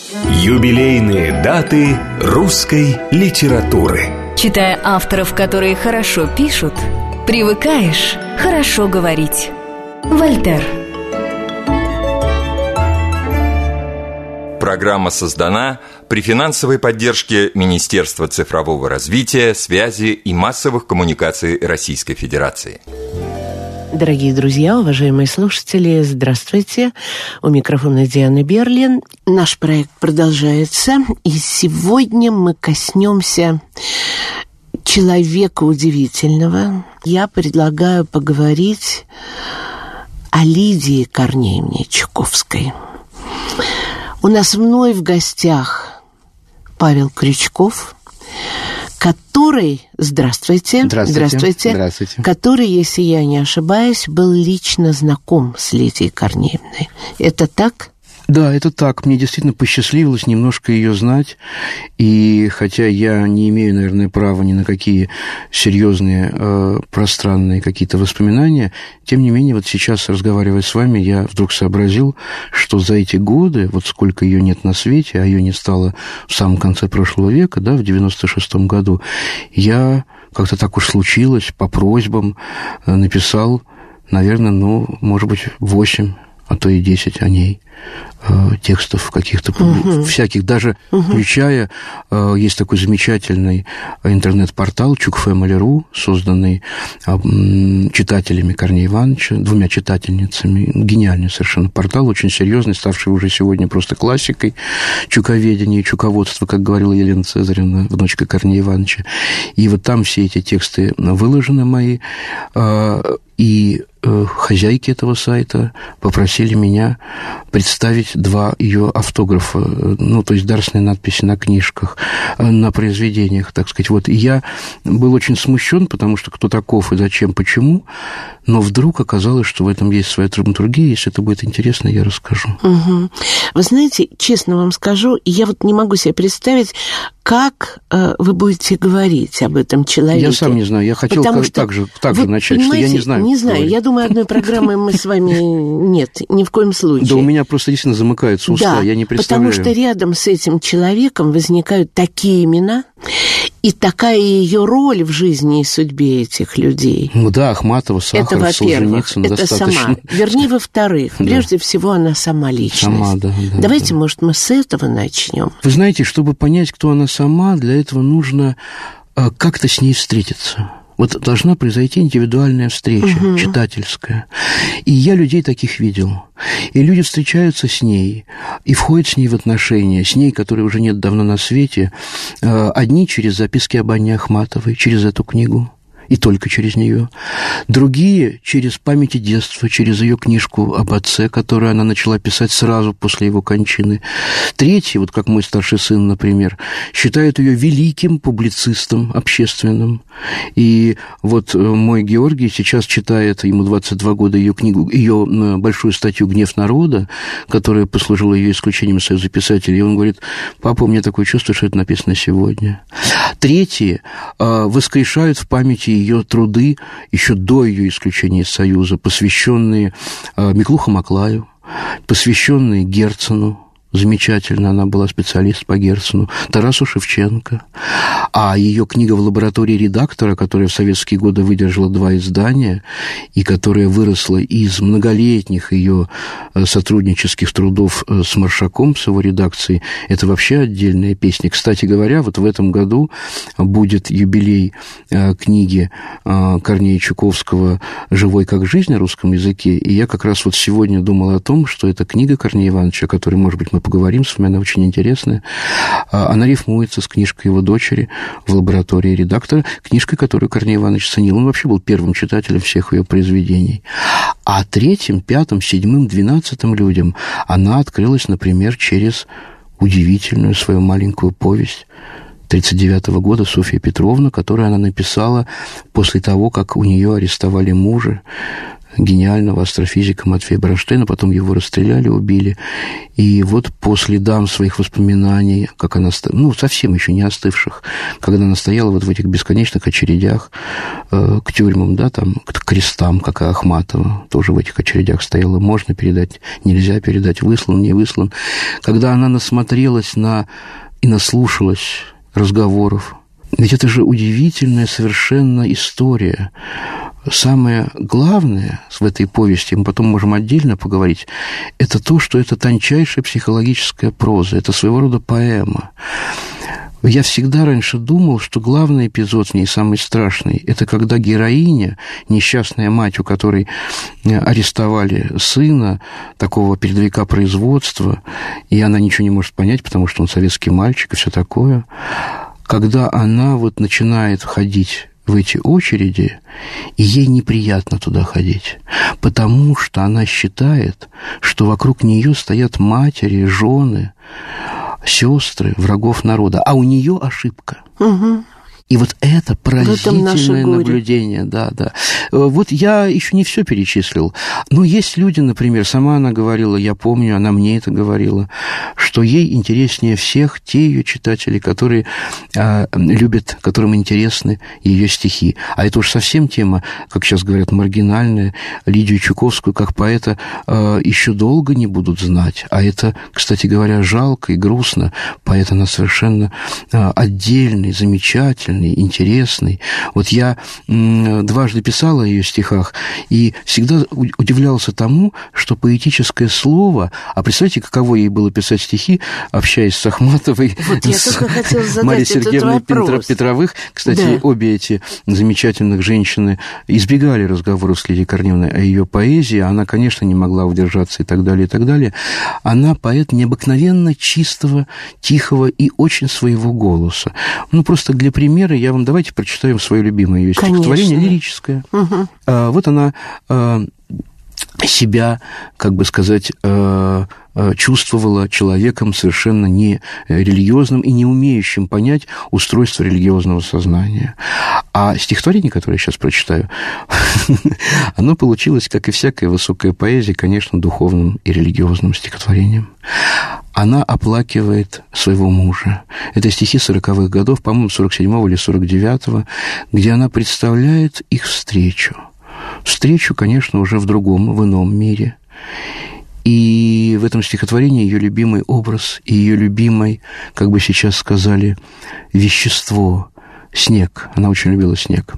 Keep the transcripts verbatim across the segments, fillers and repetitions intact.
Юбилейные даты русской литературы. Читая авторов, которые хорошо пишут, привыкаешь хорошо говорить. Вольтер. Программа создана при финансовой поддержке Министерства цифрового развития, связи и массовых коммуникаций Российской Федерации. Дорогие друзья, уважаемые слушатели, здравствуйте. У микрофона Диана Берлин. Наш проект продолжается, и сегодня мы коснемся человека удивительного. Я предлагаю поговорить о Лидии Корнеевне Чуковской. У нас вновь в гостях Павел Крючков, который, здравствуйте, здравствуйте, здравствуйте, здравствуйте, который, если я не ошибаюсь, был лично знаком с Лидией Корнеевной. Это так? Да, это так. Мне действительно посчастливилось немножко ее знать. И хотя я не имею, наверное, права ни на какие серьезные, э, пространные какие-то воспоминания, тем не менее, вот сейчас, разговаривая с вами, я вдруг сообразил, что за эти годы, вот сколько ее нет на свете, а ее не стало в самом конце прошлого века, да, в девяносто шестом году, я как-то так уж случилось, по просьбам написал, наверное, ну, может быть, восемь, а то и десять о ней э, текстов каких-то uh-huh. всяких, даже uh-huh. включая, э, есть такой замечательный интернет-портал чукфэмили точка ру, созданный э, читателями Корнея Ивановича, двумя читательницами, гениальный совершенно портал, очень серьезный, ставший уже сегодня просто классикой чуковедения и чуководства, как говорила Елена Цезаревна, внучка Корнея Ивановича. И вот там все эти тексты выложены мои, э, и хозяйки этого сайта попросили меня представить два ее автографа, ну, то есть дарственные надписи на книжках, на произведениях, так сказать. Вот. И я был очень смущен, потому что кто таков и зачем, почему, но вдруг оказалось, что в этом есть своя драматургия. Если это будет интересно, я расскажу. Угу. Вы знаете, честно вам скажу, я вот не могу себе представить, как э, вы будете говорить об этом человеке. Я сам не знаю. Я хотел как, что, так же, так же начать, что я не знаю. Не знаю. Говорить. Я думаю, одной программы мы с вами нет, ни в коем случае. Да у меня просто действительно замыкаются уста, да, я не представляю. Потому что рядом с этим человеком возникают такие имена и такая ее роль в жизни и судьбе этих людей. Ну да, Ахматова, Сахаров, это, Солженицын, это достаточно. Сама. Вернее, во-вторых, да. Прежде всего, она сама личность. Сама, да, да, Давайте, да. может, мы с этого начнем. Вы знаете, чтобы понять, кто она сама, для этого нужно э, как-то с ней встретиться. Вот должна произойти индивидуальная встреча, угу. читательская. И я людей таких видел. И люди встречаются с ней, и входят с ней в отношения, с ней, которой уже нет давно на свете, одни через записки об Анне Ахматовой, через эту книгу, и только через нее. Другие через памяти детства, через ее книжку об отце, которую она начала писать сразу после его кончины. Третьи, вот как мой старший сын, например, считают ее великим публицистом общественным. И вот мой Георгий сейчас читает, ему двадцать два года, ее книгу, ее большую статью «Гнев народа», которая послужила ее исключением из Союза писателей. И он говорит: папа, у меня такое чувство, что это написано сегодня. Третьи воскрешают в памяти ее труды еще до ее исключения из Союза, посвященные Миклуху Маклаю, посвященные Герцену. Замечательно, она была специалист по Герцену, Тарасу Шевченко. А ее книга «В лаборатории редактора», которая в советские годы выдержала два издания и которая выросла из многолетних ее сотруднических трудов с Маршаком, с его редакцией, это вообще отдельная песня. Кстати говоря, вот в этом году будет юбилей книги Корнея Чуковского «Живой как жизнь» на русском языке, и я как раз вот сегодня думал о том, что эта книга Корнея Ивановича, о которой, может быть, мы поговорим с вами, она очень интересная. Она рифмуется с книжкой его дочери «В лаборатории редактора», книжкой, которую Корней Иванович ценил. Он вообще был первым читателем всех ее произведений. А третьим, пятым, седьмым, двенадцатым людям она открылась, например, через удивительную свою маленькую повесть тридцать девятого года «Софья Петровна», которую она написала после того, как у нее арестовали мужа. гениального астрофизика Матфея Бронштейна, потом его расстреляли, убили. И вот по следам своих воспоминаний, как она, ну, совсем еще не остывших, когда она стояла вот в этих бесконечных очередях э, к тюрьмам, да, там, к крестам, как и Ахматова, тоже в этих очередях стояла, можно передать, нельзя передать, выслан, не выслан. Когда она насмотрелась на и наслушалась разговоров, ведь это же удивительная совершенно история. Самое главное в этой повести, мы потом можем отдельно поговорить, это то, что это тончайшая психологическая проза, это своего рода поэма. Я всегда раньше думал, что главный эпизод в ней, самый страшный, это когда героиня, несчастная мать, у которой арестовали сына, такого передовика производства, и она ничего не может понять, потому что он советский мальчик и все такое, когда она вот начинает ходить в эти очереди, и ей неприятно туда ходить, потому что она считает, что вокруг нее стоят матери, жены, сестры врагов народа, а у нее ошибка. Угу. И вот это поразительное наблюдение, да, да. Вот я еще не все перечислил, но есть люди, например, сама она говорила, я помню, она мне это говорила, что ей интереснее всех те ее читатели, которые а, любят, которым интересны ее стихи. А это уж совсем тема, как сейчас говорят, маргинальная. Лидию Чуковскую как поэта а, еще долго не будут знать. А это, кстати говоря, жалко и грустно. Поэт она совершенно а, отдельный, замечательный, интересный. Вот я м, дважды писал о ее стихах и всегда удивлялся тому, что поэтическое слово, а представьте, каково ей было писать стихи, общаясь с Ахматовой, вот я с Марией Сергеевной Петровых. Кстати, да. Обе эти замечательных женщины избегали разговоров с Лидией Корнеевной о ее поэзии, она, конечно, не могла удержаться и так далее, и так далее. Она поэт необыкновенно чистого, тихого и очень своего голоса. Ну, просто для примера я вам давайте прочитаем свое любимое ее стихотворение, лирическое. Угу. А, вот она а, себя, как бы сказать, а, чувствовала человеком совершенно не религиозным и не умеющим понять устройство религиозного сознания. А стихотворение, которое я сейчас прочитаю, оно получилось, как и всякая высокая поэзия, конечно, духовным и религиозным стихотворением. Она оплакивает своего мужа. Это стихи сороковых годов, по-моему, сорок седьмого или сорок девятого, где она представляет их встречу. Встречу, конечно, уже в другом, в ином мире. И в этом стихотворении ее любимый образ, и ее любимый, как бы сейчас сказали, вещество, снег. Она очень любила снег.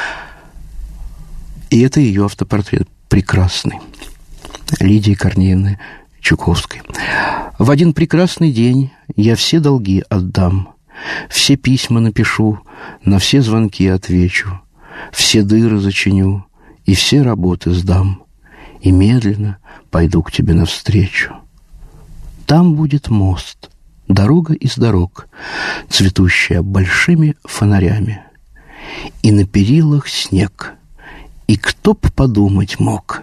И это ее автопортрет прекрасный. Лидии Корнеевны Чуковской. В один прекрасный день я все долги отдам, все письма напишу, на все звонки отвечу, все дыры зачиню и все работы сдам, и медленно пойду к тебе навстречу. Там будет мост, дорога из дорог, цветущая большими фонарями, и на перилах снег, и кто б подумать мог,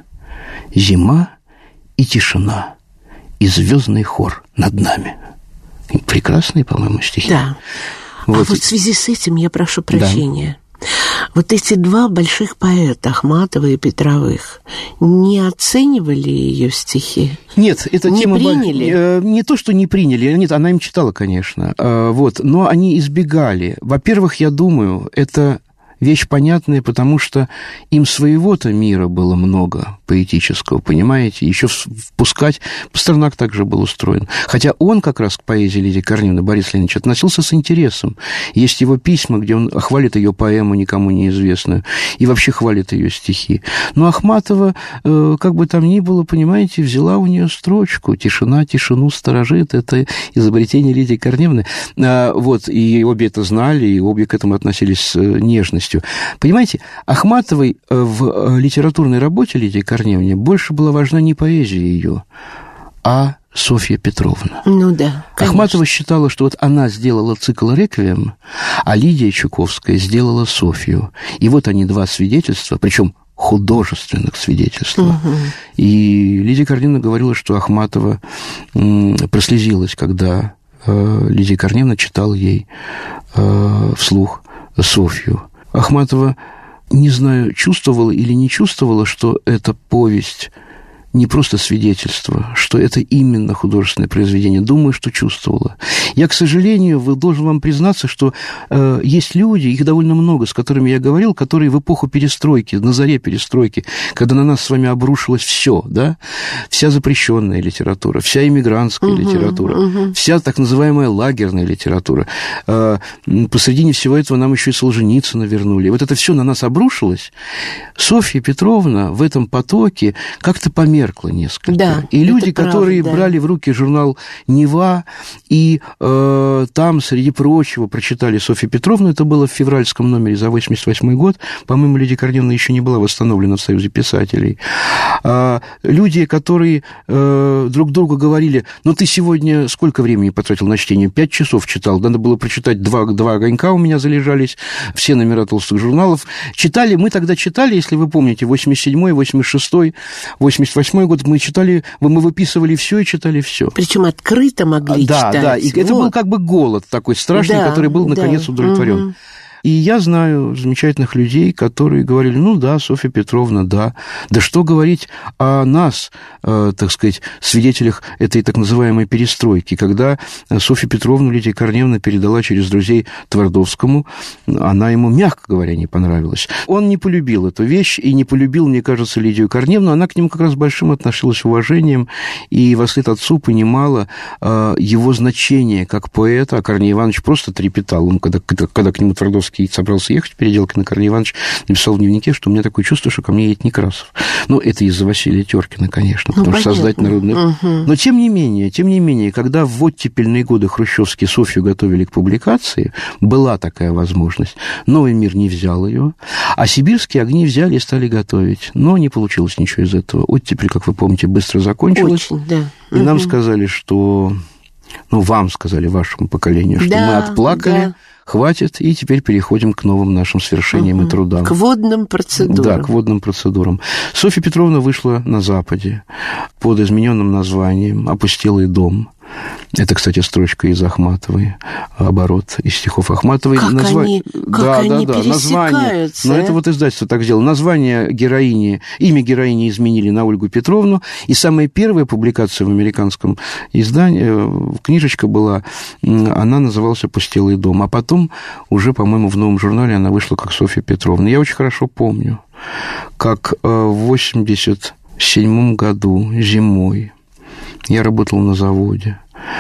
зима и тишина, и звездный хор над нами. Прекрасные, по-моему, стихи. Да. Вот. А вот в связи с этим я прошу прощения. Да. Вот эти два больших поэта, Ахматова и Петровых, не оценивали ее стихи? Нет, эта не тема... приняли? Не то, что не приняли, нет, она им читала, конечно, вот, но они избегали. Во-первых, я думаю, это вещь понятная, потому что им своего-то мира было много поэтического, понимаете? Еще впускать... Пастернак также был устроен. Хотя он как раз к поэзии Лидии Корнеевны, Борис Леонидович, относился с интересом. Есть его письма, где он хвалит ее поэму, никому неизвестную, и вообще хвалит ее стихи. Но Ахматова, как бы там ни было, понимаете, взяла у нее строчку «Тишина, тишину сторожит». Это изобретение Лидии Корнеевны. Вот, и обе это знали, и обе к этому относились с нежностью. Понимаете, Ахматовой в литературной работе Лидии Корнеевне больше была важна не поэзия ее, а Софья Петровна. Ну да, конечно. Ахматова считала, что вот она сделала цикл «Реквием», а Лидия Чуковская сделала Софью. И вот они два свидетельства, причем художественных свидетельств. Угу. И Лидия Корнеевна говорила, что Ахматова прослезилась, когда Лидия Корнеевна читала ей вслух Софью. Ахматова не знаю, чувствовала или не чувствовала, что эта повесть не просто свидетельство, что это именно художественное произведение. Думаю, что чувствовала. Я, к сожалению, должен вам признаться, что э, есть люди, их довольно много, с которыми я говорил, которые в эпоху перестройки, на заре перестройки, когда на нас с вами обрушилось все, да, вся запрещенная литература, вся иммигрантская uh-huh, литература, uh-huh. вся так называемая лагерная литература. Э, посредине всего этого нам еще и Солженицына вернули. Вот это все на нас обрушилось. Софья Петровна в этом потоке как-то померкла несколько. Да, и люди, которые правда, брали да. в руки журнал «Нева», и э, там, среди прочего, прочитали Софью Петровну, это было в февральском номере за восемьдесят восьмой год, по-моему, Лидия Корнеевна еще не была восстановлена в Союзе писателей. А, люди, которые э, друг другу говорили, ну, ты сегодня сколько времени потратил на чтение? Пять часов читал, надо было прочитать два, два огонька у меня залежались, все номера толстых журналов. Читали, мы тогда читали, если вы помните, восемьдесят седьмой, восемьдесят шестой, восемьдесят восьмой год мы читали, мы выписывали все и читали все. Причем открыто могли да, читать. Да, да, и вот. Это был как бы голод такой страшный, да, который был, наконец, да. удовлетворен. Угу. И я знаю замечательных людей, которые говорили, ну да, Софья Петровна, да. Да что говорить о нас, э, так сказать, свидетелях этой так называемой перестройки, когда Софью Петровну Лидия Корнеевна передала через друзей Твардовскому, она ему, мягко говоря, не понравилась. Он не полюбил эту вещь и не полюбил, мне кажется, Лидию Корнеевну. Она к нему как раз большим относилась уважением и вслед отцу понимала э, его значение как поэта, а Корней Иванович просто трепетал. Он, когда, когда, когда к нему Твардовский собрался ехать в Переделкино, Корней Иванович написал в дневнике, что у меня такое чувство, что ко мне едет Некрасов. Ну, это из-за Василия Теркина, конечно, потому ну, что создать народный... Угу. Но, тем не менее, тем не менее, когда в оттепельные годы хрущевские Софью готовили к публикации, была такая возможность. «Новый мир» не взял ее, а «Сибирские огни» взяли и стали готовить. Но не получилось ничего из этого. Оттепель, как вы помните, быстро закончилась. Очень, да. И угу. нам сказали, что... Ну, вам сказали, вашему поколению, что да, мы отплакали... Да. Хватит, и теперь переходим к новым нашим свершениям угу. и трудам. К водным процедурам. Да, к водным процедурам. Софья Петровна вышла на Западе под измененным названием «Опустелый дом». Это, кстати, строчка из Ахматовой, оборот из стихов Ахматовой. Как Назва... они, да, как да, они да, название. А? Но это вот издательство так сделало. Название героини, имя героини изменили на Ольгу Петровну, и самая первая публикация в американском издании, книжечка была, она называлась «Опустелый дом», а потом уже, по-моему, в новом журнале она вышла как Софья Петровна. Я очень хорошо помню, как в восемьдесят седьмом году зимой я работал на заводе.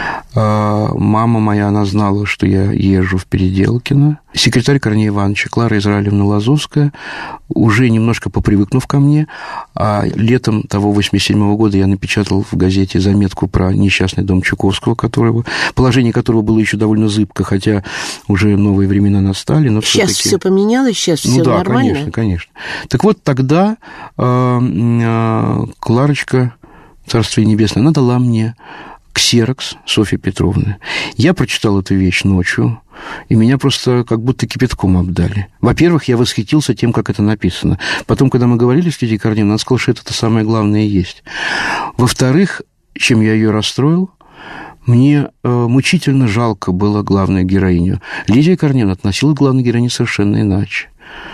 Мама моя, она знала, что я езжу в Переделкино. Секретарь Корнея Ивановича, Клара Израилевна Лазовская, уже немножко попривыкнув ко мне, а летом того восемьдесят седьмого года я напечатал в газете заметку про несчастный дом Чуковского, которого, положение которого было еще довольно зыбко, хотя уже новые времена настали. Но сейчас все поменялось, сейчас ну, все да, нормально? конечно, конечно. Так вот, тогда э, э, Кларочка, Царствие Небесное, она дала мне ксерокс Софьи Петровны. Я прочитал эту вещь ночью, и меня просто как будто кипятком обдали. Во-первых, я восхитился тем, как это написано. Потом, когда мы говорили с Лидией Корнеевной, она сказала, что это самое главное и есть. Во-вторых, чем я ее расстроил, мне э, мучительно жалко было главную героиню. Лидия Корнеевна относилась к главной героине совершенно иначе.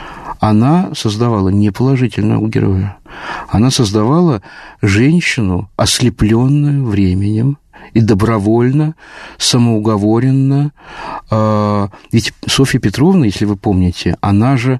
Она создавала не положительного героя. Она создавала женщину, ослепленную временем, и добровольно, самоуговоренно. Ведь Софья Петровна, если вы помните, она же,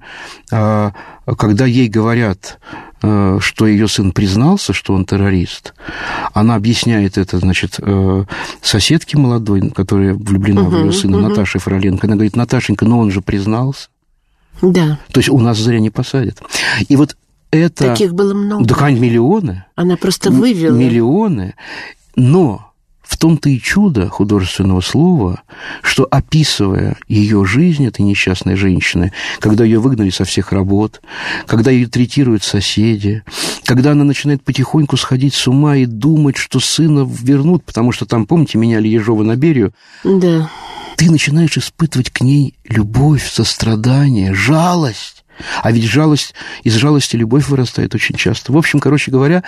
когда ей говорят, что ее сын признался, что он террорист, она объясняет это, значит, соседке молодой, которая влюблена uh-huh, в ее сына, uh-huh. Наташе Фроленко. Она говорит: Наташенька, но он же признался. Да. То есть у нас зря не посадят. И вот это... Таких было много. Да, миллионы. Она просто вывела. Миллионы. Но в том-то и чудо художественного слова, что, описывая ее жизнь, этой несчастной женщины, когда ее выгнали со всех работ, когда ее третируют соседи, когда она начинает потихоньку сходить с ума и думать, что сына вернут, потому что там, помните, меняли Ежова на Берию? Да. Ты начинаешь испытывать к ней любовь, сострадание, жалость. А ведь жалость, из жалости любовь вырастает очень часто. В общем, короче говоря,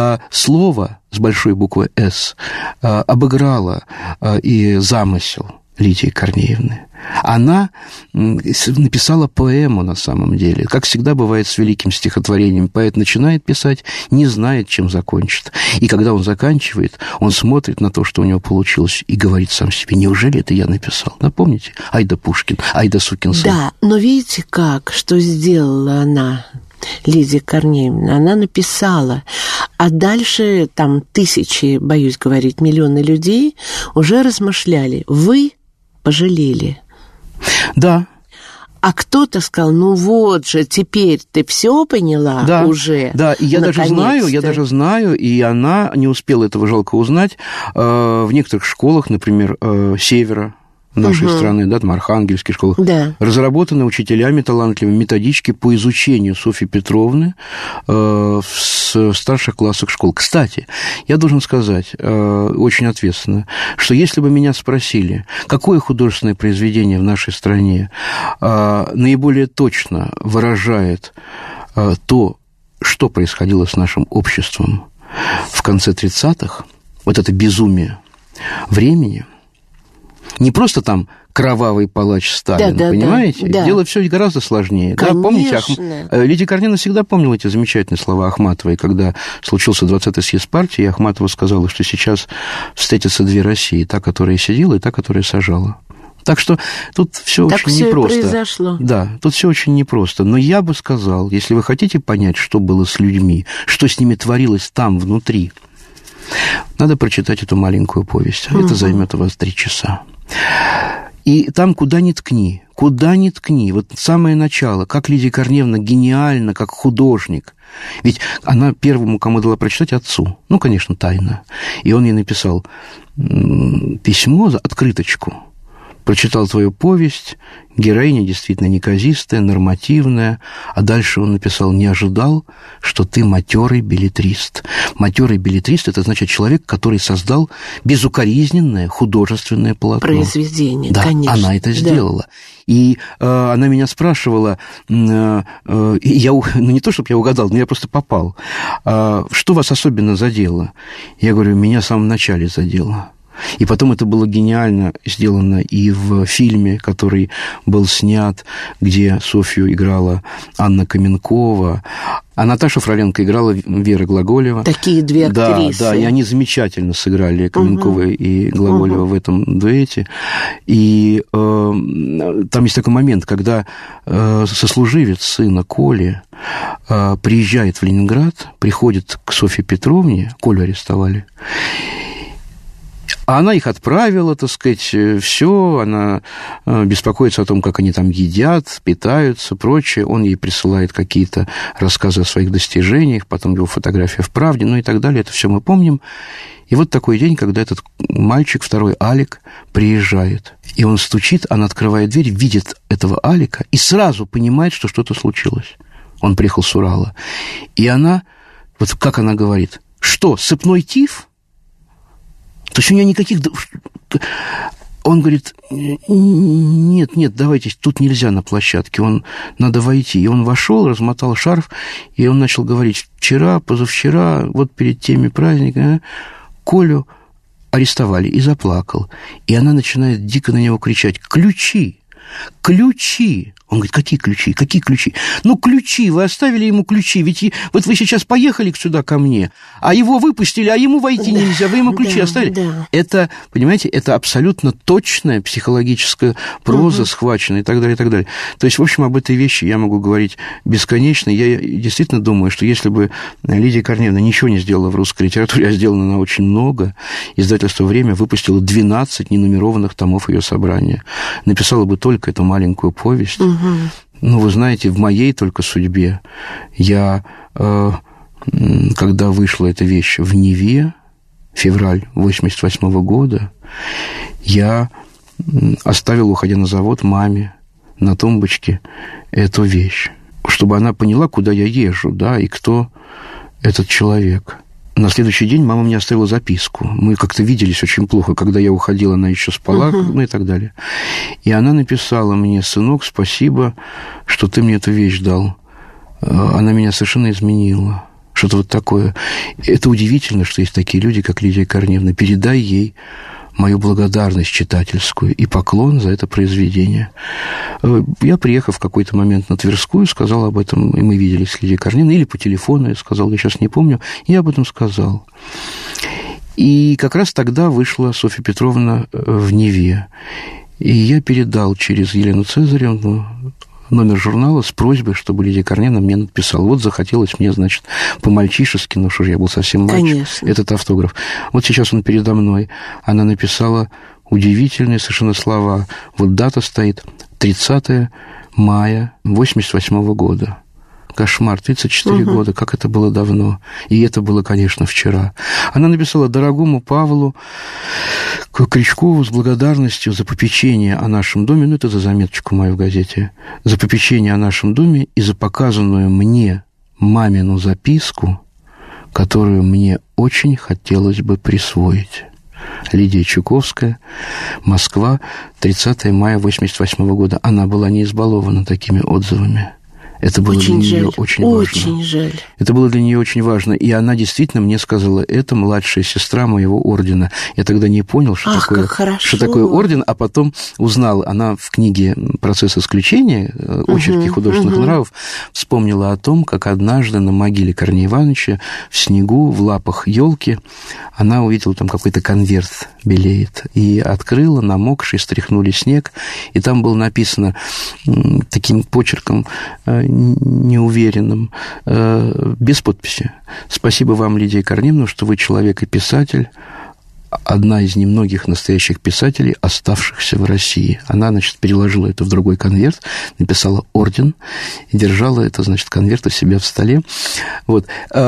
слово с большой буквы «С» обыграло и замысел, Лидии Корнеевны. Она написала поэму на самом деле. Как всегда бывает с великим стихотворением, поэт начинает писать, не знает, чем закончит. И когда он заканчивает, он смотрит на то, что у него получилось, и говорит сам себе: неужели это я написал? Напомните? Айда Пушкин, айда сукин сын. Да, но видите как, что сделала она, Лидия Корнеевна? Она написала, а дальше там тысячи, боюсь говорить, миллионы людей уже размышляли. Вы пожалели. Да. А кто-то сказал: ну вот же, теперь ты все поняла да, уже. Да, и я даже знаю, я даже знаю, и она не успела этого жалко узнать, в некоторых школах, например, Севера нашей угу. страны, да, там архангельские школы, да. разработаны учителями талантливыми методички по изучению Софьи Петровны э, в старших классах школ. Кстати, я должен сказать э, очень ответственно, что если бы меня спросили, какое художественное произведение в нашей стране э, наиболее точно выражает э, то, что происходило с нашим обществом в конце тридцатых, вот это безумие времени, не просто там кровавый палач Сталин, да, да, понимаете? Да, да. Дело все гораздо сложнее. Да, помните, Ах... Лидия Корнеевна всегда помнила эти замечательные слова Ахматовой, когда случился двадцатый съезд партии, и Ахматова сказала, что сейчас встретятся две России, та, которая сидела, и та, которая сажала. Так что тут все очень все непросто. Произошло. Да, тут все очень непросто. Но я бы сказал, если вы хотите понять, что было с людьми, что с ними творилось там, внутри, надо прочитать эту маленькую повесть. Угу. Это займет у вас три часа. И там куда ни ткни, куда ни ткни, вот самое начало, как Лидия Корнеевна гениальна, как художник. Ведь она первому, кому дала прочитать, отцу. Ну, конечно, тайно. И он ей написал письмо, открыточку. Прочитал твою повесть, героиня действительно неказистая, нормативная, а дальше он написал: не ожидал, что ты матерый беллетрист. Матерый беллетрист – это значит человек, который создал безукоризненное художественное полотно. Произведение, да, конечно. Она это сделала. Да. И э, она меня спрашивала, э, э, я, ну не то, чтобы я угадал, но я просто попал, э, что вас особенно задело? Я говорю: меня в самом начале задело. И потом это было гениально сделано и в фильме, который был снят, где Софью играла Анна Каменкова, а Наташа Фроленко играла Вера Глаголева. Такие две актрисы. Да, да, и они замечательно сыграли, Каменкова угу. и Глаголева угу. в этом дуэте. И э, там есть такой момент, когда э, сослуживец сына Коли э, приезжает в Ленинград, приходит к Софье Петровне, Колю арестовали, а она их отправила, так сказать, все, она беспокоится о том, как они там едят, питаются, прочее. Он ей присылает какие-то рассказы о своих достижениях, потом его фотография в «Правде», ну и так далее. Это все мы помним. И вот такой день, когда этот мальчик, второй Алик, приезжает. И он стучит, она открывает дверь, видит этого Алика и сразу понимает, что что-то случилось. Он приехал с Урала. И она, вот как она говорит: что, сыпной тиф? То есть у него никаких... Он говорит: нет, нет, давайте, тут нельзя на площадке, он, надо войти. И он вошел, размотал шарф, и он начал говорить: вчера, позавчера, вот перед теми праздниками Колю арестовали, и заплакал. И она начинает дико на него кричать: ключи, ключи. Он говорит: какие ключи, какие ключи? Ну, ключи, вы оставили ему ключи, ведь вот вы сейчас поехали сюда ко мне, а его выпустили, а ему войти да, нельзя, вы ему ключи да, оставили. Да. Это, понимаете, это абсолютно точная психологическая проза, угу. схвачена и так далее, и так далее. То есть, в общем, об этой вещи я могу говорить бесконечно. Я действительно думаю, что если бы Лидия Корнеевна ничего не сделала в русской литературе, а сделано она очень много, издательство «Время» выпустило двенадцать ненумерованных томов ее собрания. Написала бы только эту маленькую повесть. Угу. Ну, вы знаете, в моей только судьбе я, э, когда вышла эта вещь в Неве, февраль восемьдесят восьмого года, я оставил, уходя на завод, маме на тумбочке эту вещь, чтобы она поняла, куда я езжу, да, и кто этот человек. На следующий день мама мне оставила записку. Мы как-то виделись очень плохо. Когда я уходила, она еще спала, uh-huh. ну и так далее. И она написала мне: сынок, спасибо, что ты мне эту вещь дал. Она меня совершенно изменила. Что-то вот такое. Это удивительно, что есть такие люди, как Лидия Корнеевна. Передай ей мою благодарность читательскую и поклон за это произведение. Я, приехав в какой-то момент на Тверскую, сказал об этом, и мы виделись с Лидией Корнеевной, или по телефону я сказал, я сейчас не помню, я об этом сказал. И как раз тогда вышла Софья Петровна в Неве, и я передал через Елену Цезаревну номер журнала с просьбой, чтобы Лидия Корнеевна мне написала. Вот захотелось мне, значит, по-мальчишески, ну что же, я был совсем мальчик, Конечно. этот автограф. Вот сейчас он передо мной. Она написала удивительные совершенно слова. Вот дата стоит тридцатое мая восемьдесят восьмого года. Кошмар, тридцать четыре угу. года, как это было давно. И это было, конечно, вчера. Она написала дорогому Павлу Крючкову с благодарностью за попечение о нашем доме, ну, это за заметочку мою в газете, за попечение о нашем доме и за показанную мне мамину записку, которую мне очень хотелось бы присвоить. Лидия Чуковская, Москва, тридцатое мая восемьдесят восьмого года. Она была не избалована такими отзывами. Это было очень для нее жаль. очень важно. Очень жаль. Это было для нее очень важно. И она действительно мне сказала, это младшая сестра моего ордена. Я тогда не понял, что, Ах, такое, что такое орден, а потом узнал. Она в книге «Процесс исключения», очерки угу, художественных угу. нравов, вспомнила о том, как однажды на могиле Корнея Ивановича в снегу, в лапах елки, она увидела, там какой-то конверт белеет. И открыла, намокший, стряхнули снег. И там было написано таким почерком неуверенным, без подписи. Спасибо вам, Лидия Корнеевна, что вы человек и писатель, одна из немногих настоящих писателей, оставшихся в России. Она, значит, переложила это в другой конверт, написала орден и держала это, значит, конверт у себя в столе. Вот.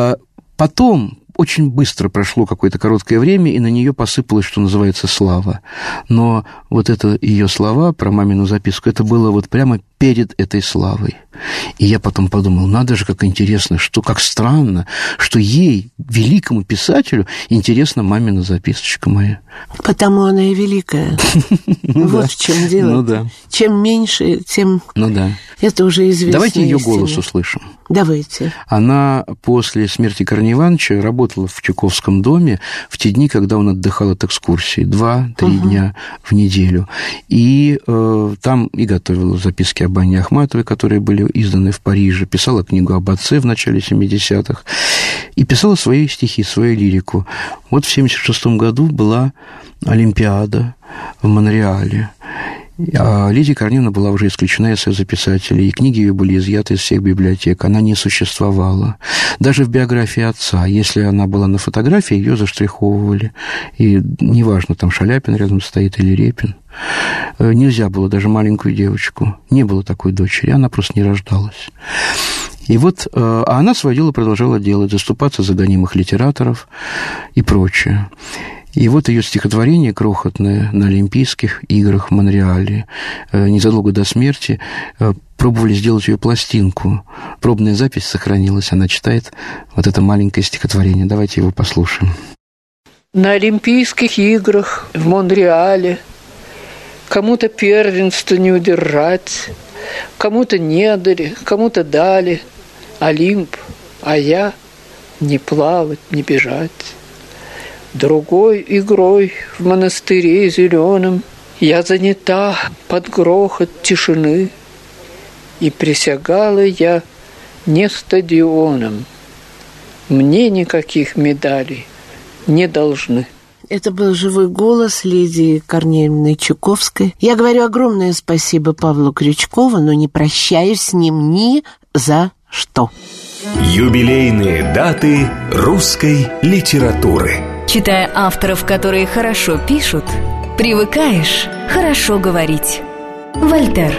Потом очень быстро прошло какое-то короткое время, и на нее посыпалось, что называется, слава. Но вот это ее слова про мамину записку, это было вот прямо перед этой славой. И я потом подумал, надо же, как интересно, что, как странно, что ей, великому писателю, интересна мамина записочка моя. Потому она и великая. Вот в чем дело. Чем меньше, тем... Ну да. Это уже известно. Давайте ее голос услышим. Давайте. Она после смерти Корнея Ивановича работала в Чуковском доме в те дни, когда он отдыхал от экскурсии. Два-три угу. дня в неделю. И э, там и готовила записки об Анне Ахматовой, которые были изданы в Париже. Писала книгу об отце в начале семидесятых. И писала свои стихи, свою лирику. Вот в семьдесят шестом году была Олимпиада в Монреале. А Лидия Корнеевна была уже исключена из Союза писателей, и книги ее были изъяты из всех библиотек. Она не существовала. Даже в биографии отца, если она была на фотографии, ее заштриховывали. И неважно, там Шаляпин рядом стоит или Репин. Нельзя было даже маленькую девочку. Не было такой дочери, она просто не рождалась. И вот, а она свое дело продолжала делать, заступаться за гонимых литераторов и прочее. И вот ее стихотворение крохотное на Олимпийских играх в Монреале незадолго до смерти пробовали сделать ее пластинку. Пробная запись сохранилась, она читает вот это маленькое стихотворение. Давайте его послушаем. На Олимпийских играх в Монреале кому-то первенство не удержать, кому-то не дали, кому-то дали Олимп, а я не плавать, не бежать. Другой игрой в монастыре зеленом я занята под грохот тишины, и присягала я не стадионом. Мне никаких медалей не должны. Это был живой голос Лидии Корнеевны Чуковской. Я говорю огромное спасибо Павлу Крючкову, но не прощаюсь с ним ни за что. Юбилейные даты русской литературы. Читая авторов, которые хорошо пишут, привыкаешь хорошо говорить. Вольтер.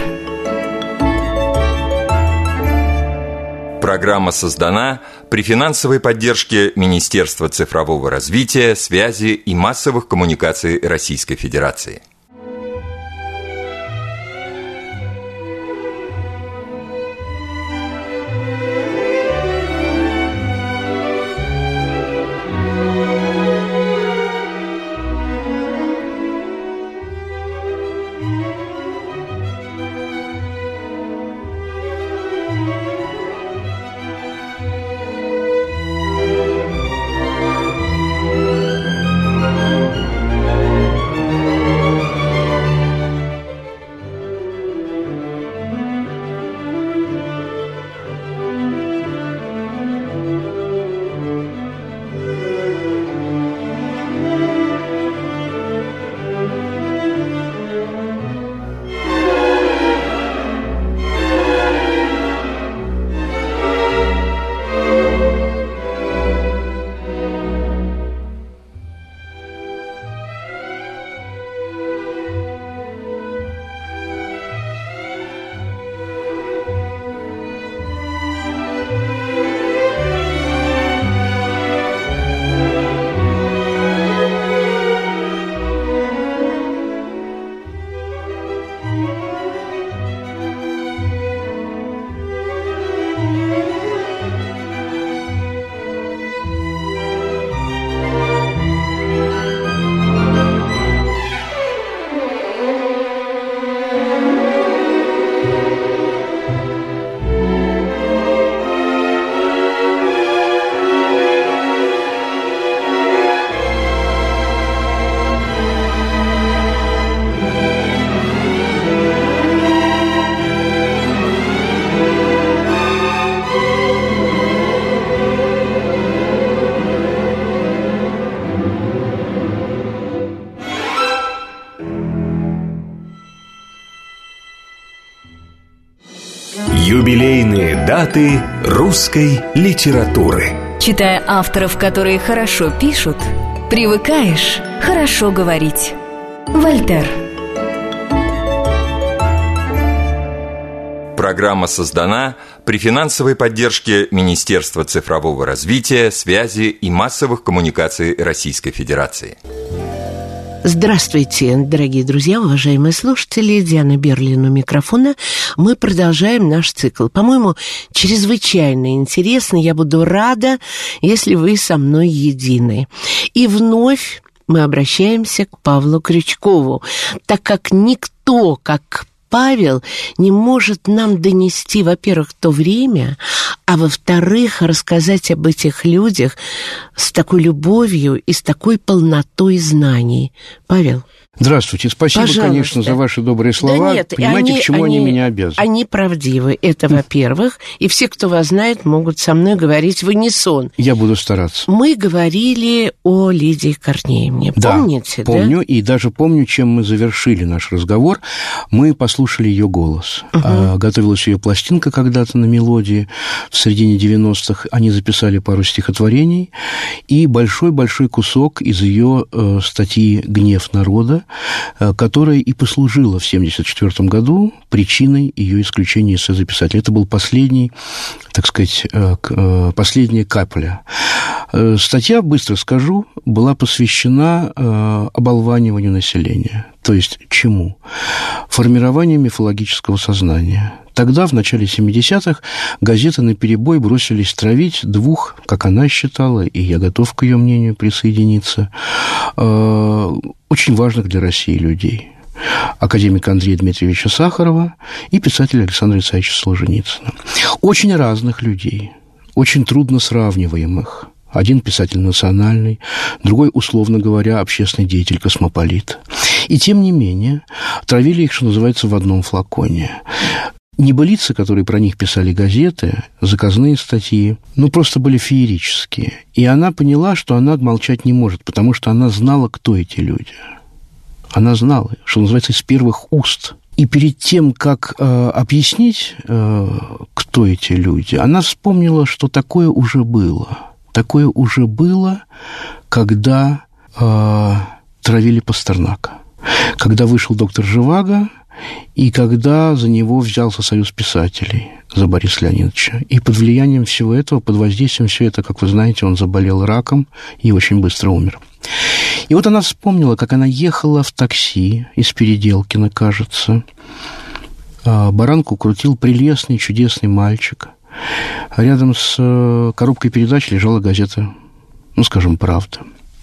Программа создана при финансовой поддержке Министерства цифрового развития, связи и массовых коммуникаций Российской Федерации. Юбилейные даты русской литературы. Читая авторов, которые хорошо пишут, привыкаешь хорошо говорить. Вольтер. Программа создана при финансовой поддержке Министерства цифрового развития, связи и массовых коммуникаций Российской Федерации. Здравствуйте, дорогие друзья, уважаемые слушатели. Диана Берлин у микрофона. Мы продолжаем наш цикл. По-моему, чрезвычайно интересный. Я буду рада, если вы со мной едины. И вновь мы обращаемся к Павлу Крючкову, так как никто, как Павел, не может нам донести, во-первых, то время, а во-вторых, рассказать об этих людях с такой любовью и с такой полнотой знаний. Павел? Здравствуйте. Спасибо, Пожалуйста. Конечно, за ваши добрые слова. Да нет, понимаете, они, к чему они, они меня обязаны? Они правдивы, это во-первых. И все, кто вас знает, могут со мной говорить в унисон. Я буду стараться. Мы говорили о Лидии Корнеевне. Да, помните, помню, да? И даже помню, чем мы завершили наш разговор. Мы послушали ее голос. Угу. Готовилась ее пластинка когда-то на «Мелодии» в середине девяностых. Они записали пару стихотворений. И большой-большой кусок из ее э, статьи «Гнев народа», которая и послужила в семьдесят четвёртом году причиной ее исключения из Союза писателей. Это был последний, так сказать, последняя капля. Статья, быстро скажу, была посвящена оболваниванию населения. То есть чему? Формированию мифологического сознания. Тогда, в начале семидесятых, газеты наперебой бросились травить двух, как она считала, и я готов к ее мнению присоединиться, очень важных для России людей. Академика Андрея Дмитриевича Сахарова и писателя Александра Исаевича Солженицына. Очень разных людей, очень трудно сравниваемых. Один писатель национальный, другой, условно говоря, общественный деятель, космополит. И тем не менее, травили их, что называется, в одном флаконе. Небылицы, которые про них писали газеты, заказные статьи, ну, просто были феерические. И она поняла, что она молчать не может, потому что она знала, кто эти люди. Она знала, что называется, из первых уст. И перед тем, как э, объяснить, э, кто эти люди, она вспомнила, что такое уже было. Такое уже было, когда э, травили Пастернака. Когда вышел доктор Живаго, и когда за него взялся Союз писателей, за Бориса Леонидовича. И под влиянием всего этого, под воздействием всего этого, как вы знаете, он заболел раком и очень быстро умер. И вот она вспомнила, как она ехала в такси из Переделкина, кажется. Баранку крутил прелестный, чудесный мальчик. Рядом с коробкой передач лежала газета, ну, скажем, «Правда».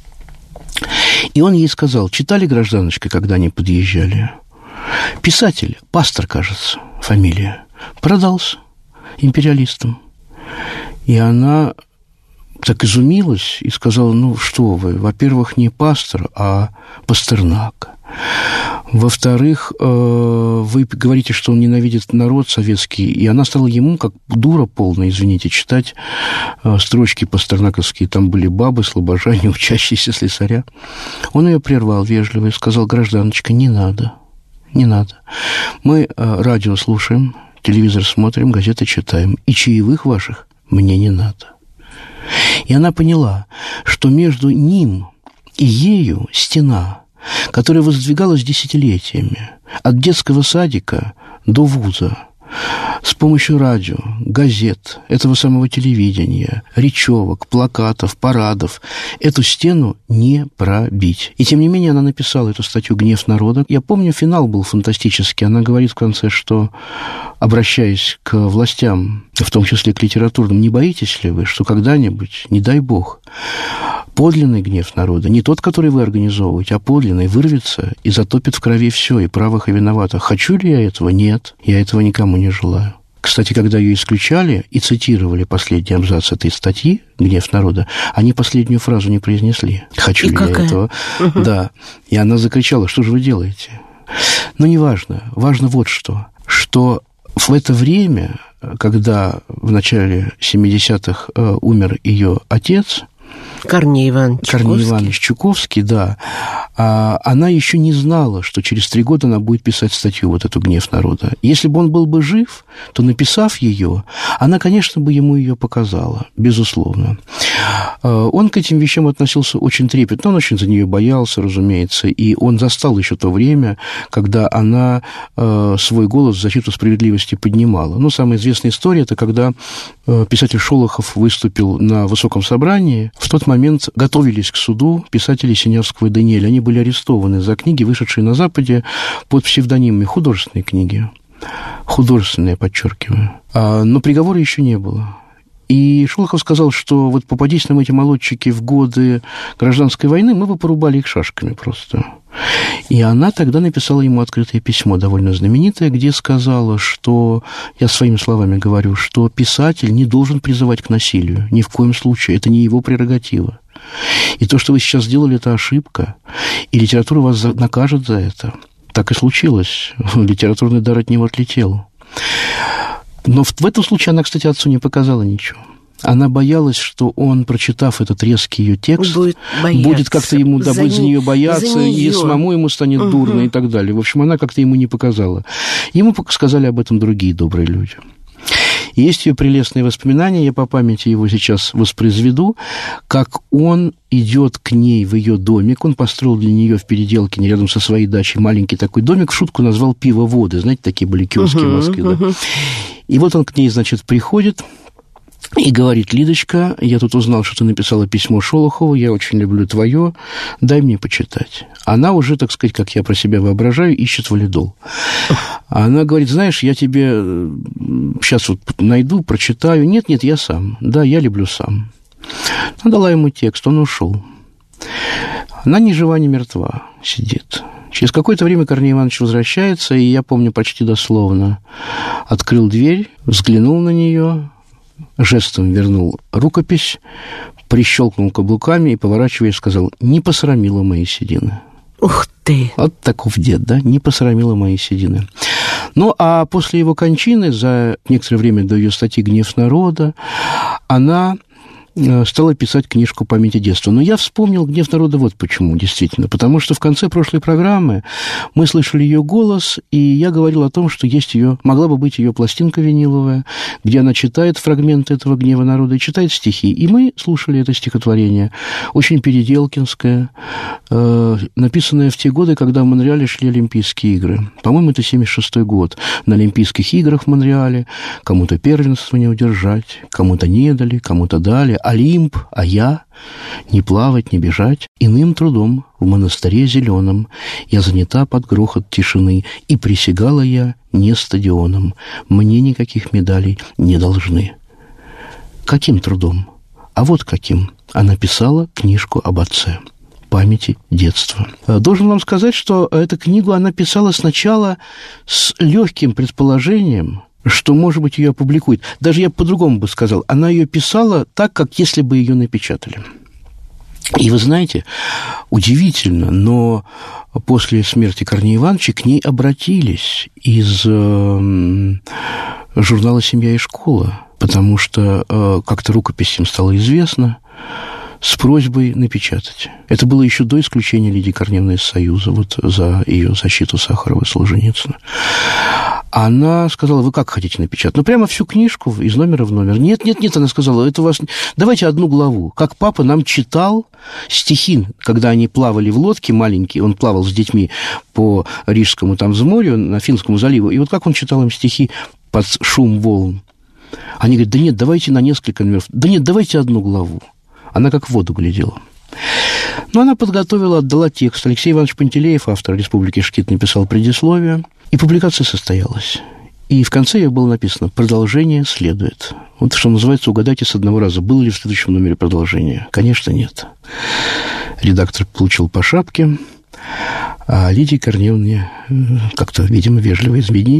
И он ей сказал: читали, гражданочка, когда они подъезжали? Писатель, Пастор, кажется, фамилия, продался империалистам. И она так изумилась и сказала: ну, что вы, во-первых, не Пастор, а Пастернак. Во-вторых, вы говорите, что он ненавидит народ советский, и она стала ему, как дура полная, извините, читать строчки пастернаковские. Там были бабы, слабожане, учащиеся слесаря. Он ее прервал вежливо и сказал: гражданочка, не надо, не надо. Мы радио слушаем, телевизор смотрим, газеты читаем, и чаевых ваших мне не надо. И она поняла, что между ним и ею стена, которая воздвигалась десятилетиями, от детского садика до вуза, с помощью радио, газет, этого самого телевидения, речевок, плакатов, парадов, эту стену не пробить. И тем не менее она написала эту статью «Гнев народа». Я помню, финал был фантастический. Она говорит в конце, что, обращаясь к властям, в том числе к литературным: не боитесь ли вы, что когда-нибудь, не дай бог, подлинный гнев народа, не тот, который вы организовываете, а подлинный, вырвется и затопит в крови все, и правых, и виноватых. Хочу ли я этого? Нет, я этого никому не желаю. Кстати, когда ее исключали и цитировали последний абзац этой статьи «Гнев народа», они последнюю фразу не произнесли. «Хочу и ли какая? Я этого?» угу. Да. И она закричала: что же вы делаете? Но неважно. Важно вот что. Что в это время, когда в начале семидесятых умер ее отец, Корней Иванович Корней Иванович Чуковский, да. А она еще не знала, что через три года она будет писать статью, вот эту «Гнев народа». Если бы он был бы жив, то, написав ее, она, конечно, бы ему ее показала, безусловно. Он к этим вещам относился очень трепетно, он очень за нее боялся, разумеется, и он застал еще то время, когда она свой голос в защиту справедливости поднимала. Ну, самая известная история – это когда писатель Шолохов выступил на высоком собрании. В тот момент готовились к суду писатели Синявского и Даниэля. Они были арестованы за книги, вышедшие на Западе под псевдонимами, художественные книги. Художественные, подчеркиваю. Но приговора еще не было. И Шолохов сказал, что вот попадись нам эти молодчики в годы гражданской войны, мы бы порубали их шашками просто. И она тогда написала ему открытое письмо, довольно знаменитое, где сказала, что, я своими словами говорю, что писатель не должен призывать к насилию, ни в коем случае, это не его прерогатива. И то, что вы сейчас сделали, это ошибка, и литература вас накажет за это. Так и случилось, литературный дар от него отлетел. Но в этом случае она, кстати, отцу не показала ничего. Она боялась, что он, прочитав этот резкий ее текст, будет, будет как-то ему да, будет за нее бояться, за и самому ему станет угу. дурно и так далее. В общем, она как-то ему не показала. Ему сказали об этом другие добрые люди. Есть ее прелестные воспоминания, я по памяти его сейчас воспроизведу, как он идет к ней в ее домик, он построил для нее в Переделкине рядом со своей дачей маленький такой домик, в шутку назвал «Пиво-воды», знаете, такие были киоски uh-huh, в Москве, uh-huh. да. И вот он к ней, значит, приходит и говорит: «Лидочка, я тут узнал, что ты написала письмо Шолохову, я очень люблю твое, дай мне почитать». Она уже, так сказать, как я про себя воображаю, ищет валидол. Она говорит: «Знаешь, я тебе сейчас вот найду, прочитаю». «Нет, нет, я сам. Да, я люблю сам». Она дала ему текст, он ушел. Она ни жива, ни мертва сидит. Через какое-то время Корней Иванович возвращается, и я помню почти дословно. Открыл дверь, взглянул на нее, жестом вернул рукопись, прищелкнул каблуками и, поворачиваясь, сказал: «Не посрамила мои седины». Ух ты! Вот таков дед, да? Не посрамила мои седины. Ну, а после его кончины, за некоторое время до ее статьи «Гнев народа», она стала писать книжку «Памяти детства». Но я вспомнил «Гнев народа» вот почему, действительно. Потому что в конце прошлой программы мы слышали ее голос, и я говорил о том, что есть ее, могла бы быть ее пластинка виниловая, где она читает фрагменты этого «Гнева народа» и читает стихи. И мы слушали это стихотворение, очень переделкинское, э, написанное в те годы, когда в Монреале шли Олимпийские игры. По-моему, это семьдесят шестой год. На Олимпийских играх в Монреале кому-то первенство не удержать, кому-то не дали, кому-то дали. Олимп, а я не плавать, не бежать, иным трудом в монастыре зеленом я занята под грохот тишины, и присягала я не стадионом, мне никаких медалей не должны. Каким трудом? А вот каким. Она писала книжку об отце. «Памяти детства». Должен вам сказать, что эту книгу она писала сначала с легким предположением, что, может быть, ее опубликуют. Даже я по-другому бы сказал. Она ее писала так, как если бы ее напечатали. И вы знаете, удивительно, но после смерти Корнея Ивановича к ней обратились из э, журнала «Семья и школа», потому что э, как-то рукопись им стала известна, с просьбой напечатать. Это было еще до исключения Лидии Корнеевны из Союза, вот за ее защиту Сахарова и Солженицына. Она сказала: «Вы как хотите напечатать?» Ну, прямо всю книжку из номера в номер. «Нет, нет, нет», она сказала, «это у вас... Давайте одну главу». Как папа нам читал стихи, когда они плавали в лодке маленькие, он плавал с детьми по Рижскому там морю, на Финскому заливу, и вот как он читал им стихи под шум волн. Они говорят: «Да нет, давайте на несколько номеров». «Да нет, давайте одну главу». Она как в воду глядела. Но она подготовила, отдала текст. Алексей Иванович Пантелеев, автор «Республики Шкит», написал предисловие, и публикация состоялась. И в конце ее было написано: «Продолжение следует». Вот что называется, угадайте с одного раза, было ли в следующем номере продолжение. Конечно, нет. Редактор получил по шапке, а Лидии Корнеевне как-то, видимо, вежливо изменились.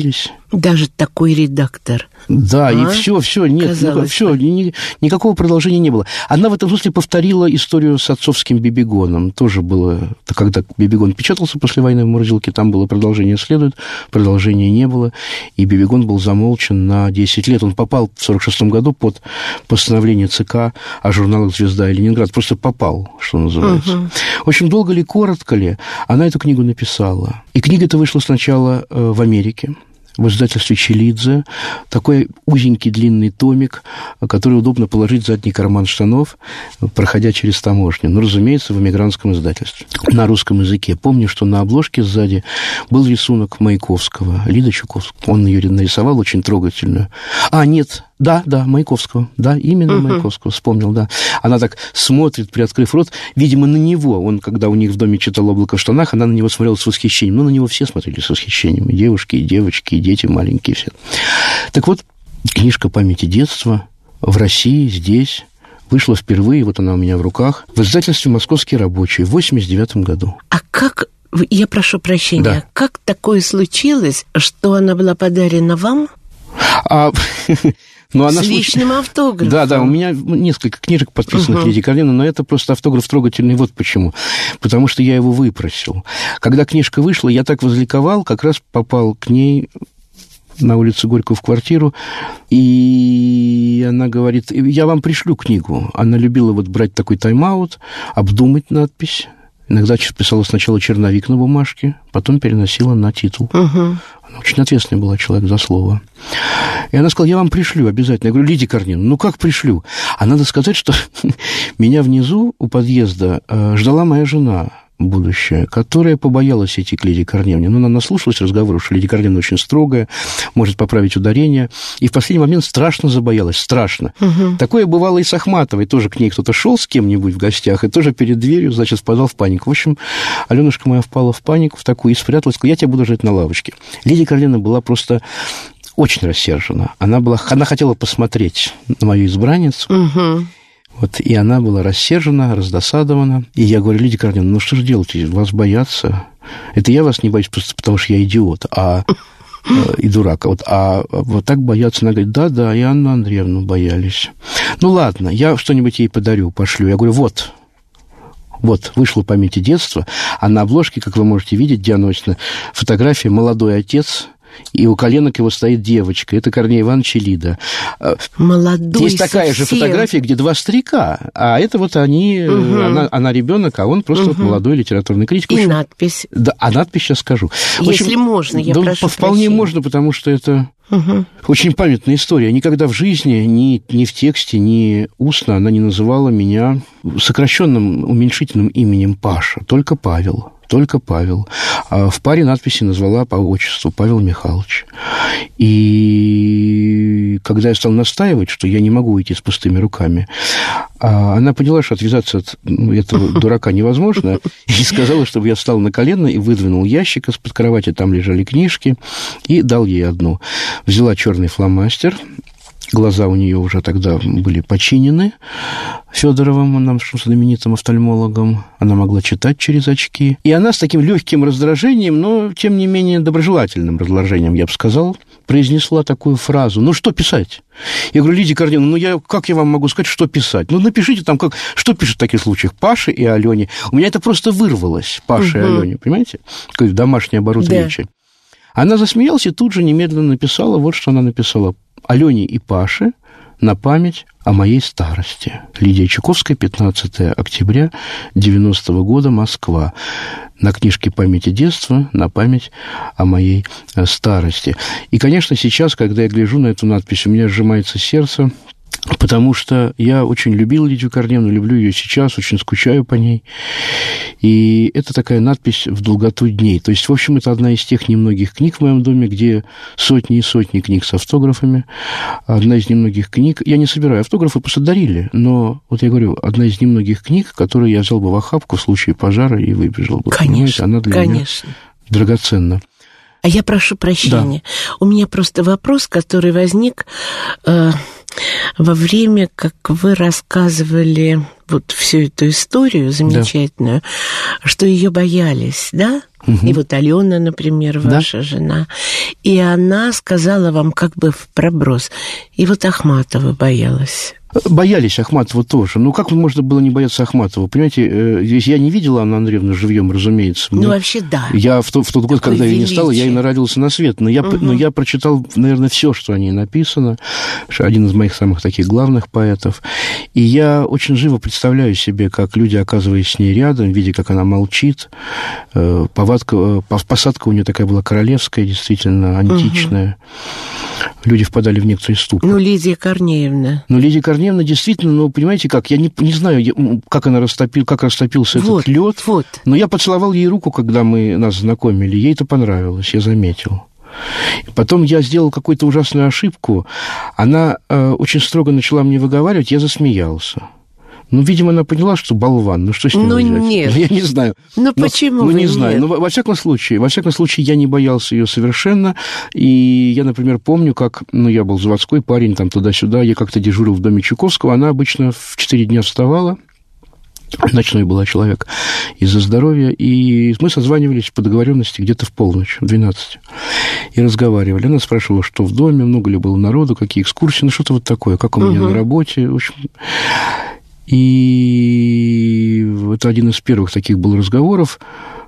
Даже такой редактор. Да, а? и все, все, нет, ну, все, ни, никакого продолжения не было. Она в этом смысле повторила историю с отцовским Бибигоном. Тоже было, когда Бибигон печатался после войны в Мурзилке, там было продолжение следует, продолжения не было, и Бибигон был замолчен на десять лет. Он попал в сорок шестом году под постановление ЦК о журналах «Звезда» и «Ленинград». Просто попал, что называется. Угу. В общем, долго ли, коротко ли, она эту книгу написала. И книга-то вышла сначала в Америке, в издательстве Челидзе, такой узенький длинный томик, который удобно положить в задний карман штанов, проходя через таможню. Ну, разумеется, в эмигрантском издательстве, на русском языке. Помню, что на обложке сзади был рисунок Маяковского, Лида Чуковского. Он ее нарисовал очень трогательную. А, нет, да, да, Маяковского, да, именно uh-huh. Маяковского, вспомнил, да. Она так смотрит, приоткрыв рот, видимо, на него. Он, когда у них в доме читал «Облако в штанах», она на него смотрела с восхищением. Ну, на него все смотрели с восхищением, и девушки, и девочки, и дети маленькие все. Так вот, книжка «Памяти детства» в России, здесь, вышла впервые, вот она у меня в руках, в издательстве «Московский рабочий» в восемьдесят девятом году. А как, я прошу прощения, да. как такое случилось, что она была подарена вам? А... Но она с личным случ... автографом. Да, да, у меня несколько книжек подписанных uh-huh. Лидии Корнеевны, но это просто автограф трогательный, вот почему. Потому что я его выпросил. Когда книжка вышла, я так возликовал, как раз попал к ней на улице Горького в квартиру, и она говорит, я вам пришлю книгу. Она любила вот брать такой тайм-аут, обдумать надпись. Иногда писала сначала черновик на бумажке, потом переносила на титул. Uh-huh. Она очень ответственная была человек за слово. И она сказала, я вам пришлю обязательно. Я говорю, Лидия Корнеевна, ну как пришлю? А надо сказать, что меня внизу у подъезда ждала моя жена будущее, которая побоялась идти к Лидии Корнеевне. Но она наслушалась разговоров, что Лидия Корнеевна очень строгая, может поправить ударение, и в последний момент страшно забоялась, страшно. Угу. Такое бывало и с Ахматовой, тоже к ней кто-то шел с кем-нибудь в гостях, и тоже перед дверью, значит, впадал в панику. В общем, Аленушка моя впала в панику, в такую, и спряталась, сказала, я тебя буду ждать на лавочке. Лидия Корнеевна была просто очень рассержена. Она, была, она хотела посмотреть на мою избранницу, угу. Вот, и она была рассержена, раздосадована. И я говорю, Лидия Корнеевна, ну что же делать, вас боятся? Это я вас не боюсь просто потому, что я идиот, а и дурак. Вот, а вот так боятся. Она говорит, да-да, и Анну Андреевну боялись. Ну ладно, я что-нибудь ей подарю, пошлю. Я говорю, вот, вот, вышло «Памяти детства», а на обложке, как вы можете видеть, Диана Осиповна, фотография «Молодой отец», и у коленок его стоит девочка. Это Корней Иванович и Лида. Молодой Есть такая совсем. же фотография, где два старика, а это вот они, угу. она, она ребенок, а он просто угу. вот молодой литературный критик. И общем, надпись. Да, а надпись сейчас скажу. Если общем, можно, я да, прошу вполне прощения. можно, потому что это угу. очень памятная история. Никогда в жизни, ни, ни в тексте, ни устно она не называла меня сокращенным уменьшительным именем Паша, только Павел. Только Павел. А в паре надписи назвала по отчеству Павел Михайлович. И когда я стал настаивать, что я не могу уйти с пустыми руками, она поняла, что отвязаться от этого дурака невозможно, и сказала, чтобы я встал на колено и выдвинул ящик из-под кровати, там лежали книжки, и дал ей одну. Взяла черный фломастер. Глаза у нее уже тогда были починены Федоровым, нашим знаменитым офтальмологом. Она могла читать через очки. И она с таким легким раздражением, но, тем не менее, доброжелательным раздражением, я бы сказал, произнесла такую фразу. Ну, что писать? Я говорю, Лидия Корнеевна, ну, я, как я вам могу сказать, что писать? Ну, напишите там, как, что пишут в таких случаях Паше и Алене. У меня это просто вырвалось, Паше угу. и Алене, понимаете? Какой домашний оборот да. речи. Она засмеялась и тут же немедленно написала, вот что она написала. Алене и Паше на память о моей старости. Лидия Чуковская, пятнадцатого октября девяностого года, Москва. На книжке «Памяти детства» на память о моей старости. И, конечно, сейчас, когда я гляжу на эту надпись, у меня сжимается сердце, потому что я очень любил Лидию Корнеевну, люблю ее сейчас, очень скучаю по ней. И это такая надпись в долготу дней. То есть, в общем, это одна из тех немногих книг в моем доме, где сотни и сотни книг с автографами. Одна из немногих книг... Я не собираю автографы, просто дарили. Но, вот я говорю, одна из немногих книг, которую я взял бы в охапку в случае пожара и выбежал бы. Конечно, она для конечно. меня драгоценна. А я прошу прощения. Да. У меня просто вопрос, который возник э, во время, как вы рассказывали вот всю эту историю замечательную, да. что ее боялись, да? Угу. И вот Алена, например, ваша да. жена, и она сказала вам как бы в проброс, и вот Ахматова боялась. Боялись Ахматова тоже. Ну, как можно было не бояться Ахматова? Понимаете, здесь я не видела Анну Андреевну живьем, разумеется. Ну, вообще, да. Я в тот, в тот год, Такое когда величие. Я не стала, я и народился на свет. Но я, угу. но я прочитал, наверное, все, что о ней написано. Один из моих самых таких главных поэтов. И я очень живо представляю себе, как люди, оказываясь с ней рядом, видя, как она молчит. Повадка, посадка у нее такая была королевская, действительно, античная. Угу. Люди впадали в некоторый ступор. Ну, Лидия Корнеевна. Ну, Лидия Корнеевна действительно, ну, понимаете как, я не, не знаю, я, как она растопил, как растопился вот, этот лед, вот. но я поцеловал ей руку, когда мы нас знакомили, ей это понравилось, я заметил. Потом я сделал какую-то ужасную ошибку, она э, очень строго начала мне выговаривать, я засмеялся. Ну, видимо, она поняла, что болван. Ну, что с ним ну, взять? Нет. Я не знаю. Ну, но, почему Ну, не нет? знаю. Но, во, во всяком случае, во всяком случае, я не боялся ее совершенно. И я, например, помню, как... Ну, я был заводской парень, там, туда-сюда. Я как-то дежурил в доме Чуковского. Она обычно в четыре дня вставала. Ночной была человек из-за здоровья. И мы созванивались по договоренности где-то в полночь, в двенадцать. И разговаривали. Она спрашивала, что в доме, много ли было народу, какие экскурсии. Ну, что-то вот такое. Как у меня угу. на работе. В общем... И это один из первых таких был разговоров.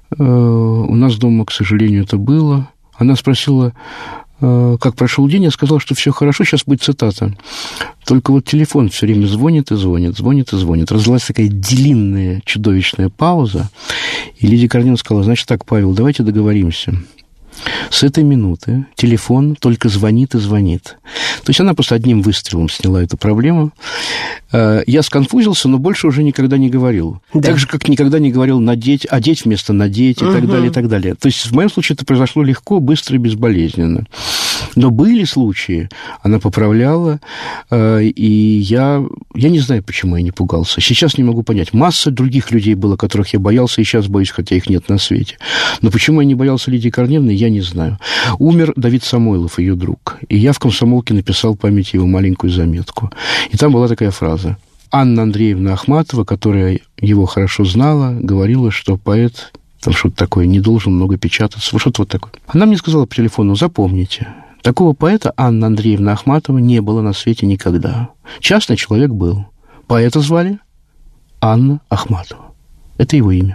У нас дома, к сожалению, это было. Она спросила, как прошел день. Я сказал, что все хорошо, сейчас будет цитата. Только вот телефон все время звонит и звонит, звонит и звонит. Раздалась такая длинная, чудовищная пауза. И Лидия Корнеевна сказала, значит так, Павел, давайте договоримся. С этой минуты телефон только звонит и звонит. То есть она просто одним выстрелом сняла эту проблему. Я сконфузился, но больше уже никогда не говорил. Да. Так же, как никогда не говорил надеть, одеть вместо надеть и угу. так далее, и так далее. То есть в моем случае это произошло легко, быстро и безболезненно. Но были случаи, она поправляла, и я, я не знаю, почему я не пугался. Сейчас не могу понять. Масса других людей было, которых я боялся, и сейчас боюсь, хотя их нет на свете. Но почему я не боялся Лидии Корнеевны, я не знаю. Умер Давид Самойлов, ее друг. И я в «Комсомолке» написал в памяти его маленькую заметку. И там была такая фраза. Анна Андреевна Ахматова, которая его хорошо знала, говорила, что поэт, там что-то такое, не должен много печататься. Что-то вот такое. Она мне сказала по телефону, запомните, такого поэта Анна Андреевна Ахматова не было на свете никогда. Частный человек был. Поэта звали Анна Ахматова. Это его имя.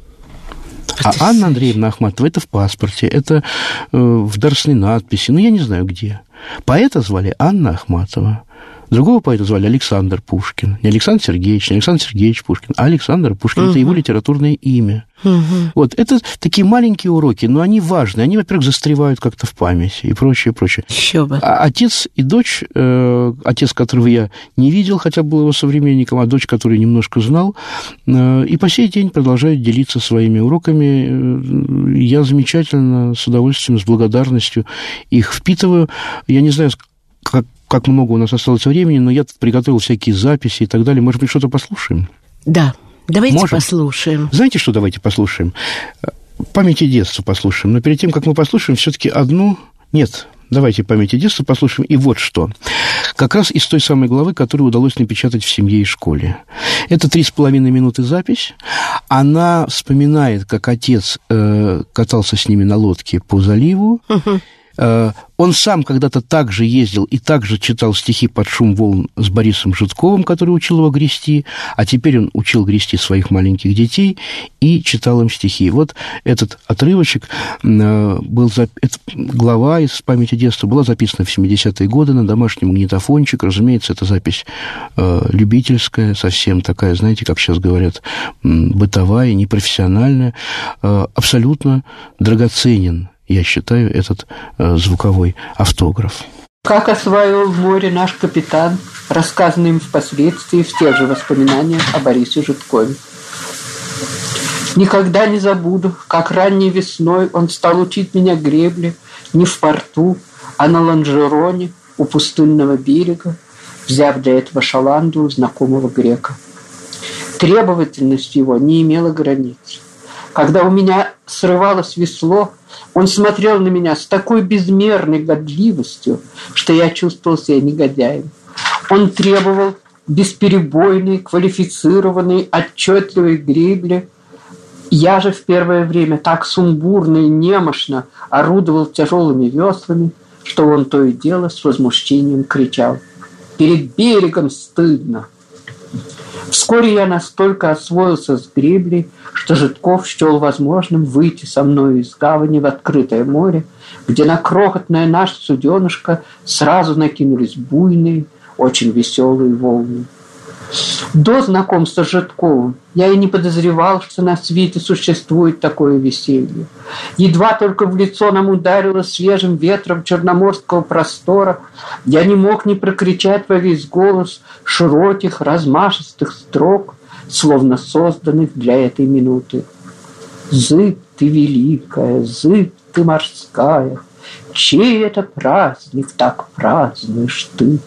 А Анна Андреевна Ахматова, это в паспорте, это э, в дарственной надписи, ну, я не знаю где. Поэта звали Анна Ахматова. Другого поэта звали Александр Пушкин. Не Александр Сергеевич, не Александр Сергеевич Пушкин, а Александр Пушкин. Угу. Это его литературное имя. Угу. Вот, это такие маленькие уроки, но они важны. Они, во-первых, застревают как-то в памяти и прочее, прочее. Еще бы. А отец и дочь, э, отец, которого я не видел, хотя был его современником, а дочь, которую немножко знал, э, и по сей день продолжают делиться своими уроками. Я замечательно, с удовольствием, с благодарностью их впитываю. Я не знаю, как как много у нас осталось времени, но я приготовил всякие записи и так далее. Может быть, что-то послушаем? Да, давайте Можем? послушаем. Знаете, что давайте послушаем? «Памяти детства» послушаем. Но перед тем, как мы послушаем, все-таки одну... Нет, давайте «Памяти детства» послушаем. И вот что. Как раз из той самой главы, которую удалось напечатать в «Семье и школе». Это три с половиной минуты запись. Она вспоминает, как отец э, катался с ними на лодке по заливу. Угу. Он сам когда-то также ездил и также читал стихи под шум волн с Борисом Житковым, который учил его грести, а теперь он учил грести своих маленьких детей и читал им стихи. Вот этот отрывочек, был, эта глава из «Памяти детства» была записана в семидесятые годы на домашний магнитофончик. Разумеется, эта запись любительская, совсем такая, знаете, как сейчас говорят, бытовая, непрофессиональная, абсолютно драгоценен, я считаю, этот э, звуковой автограф. Как осваивал море наш капитан, рассказано им впоследствии в тех же воспоминаниях о Борисе Житкове. Никогда не забуду, как ранней весной он стал учить меня гребле не в порту, а на лонжероне у пустынного берега, взяв для этого шаланду у знакомого грека. Требовательность его не имела границ. Когда у меня срывалось весло, он смотрел на меня с такой безмерной годливостью, что я чувствовал себя негодяем. Он требовал бесперебойной, квалифицированной, отчетливой гребли. Я же в первое время так сумбурно и немощно орудовал тяжелыми веслами, что он то и дело с возмущением кричал: «Перед берегом стыдно!». Вскоре я настолько освоился с греблей, что Жидков счел возможным выйти со мною из гавани в открытое море, где на крохотное наше суденышко сразу накинулись буйные, очень веселые волны. До знакомства с Жидковым я и не подозревал, что на свете существует такое веселье. Едва только в лицо нам ударило свежим ветром черноморского простора, я не мог не прокричать во весь голос широких, размашистых строк, словно созданных для этой минуты. «Зыбь ты великая, зыбь ты морская, чей это праздник так празднуешь ты?»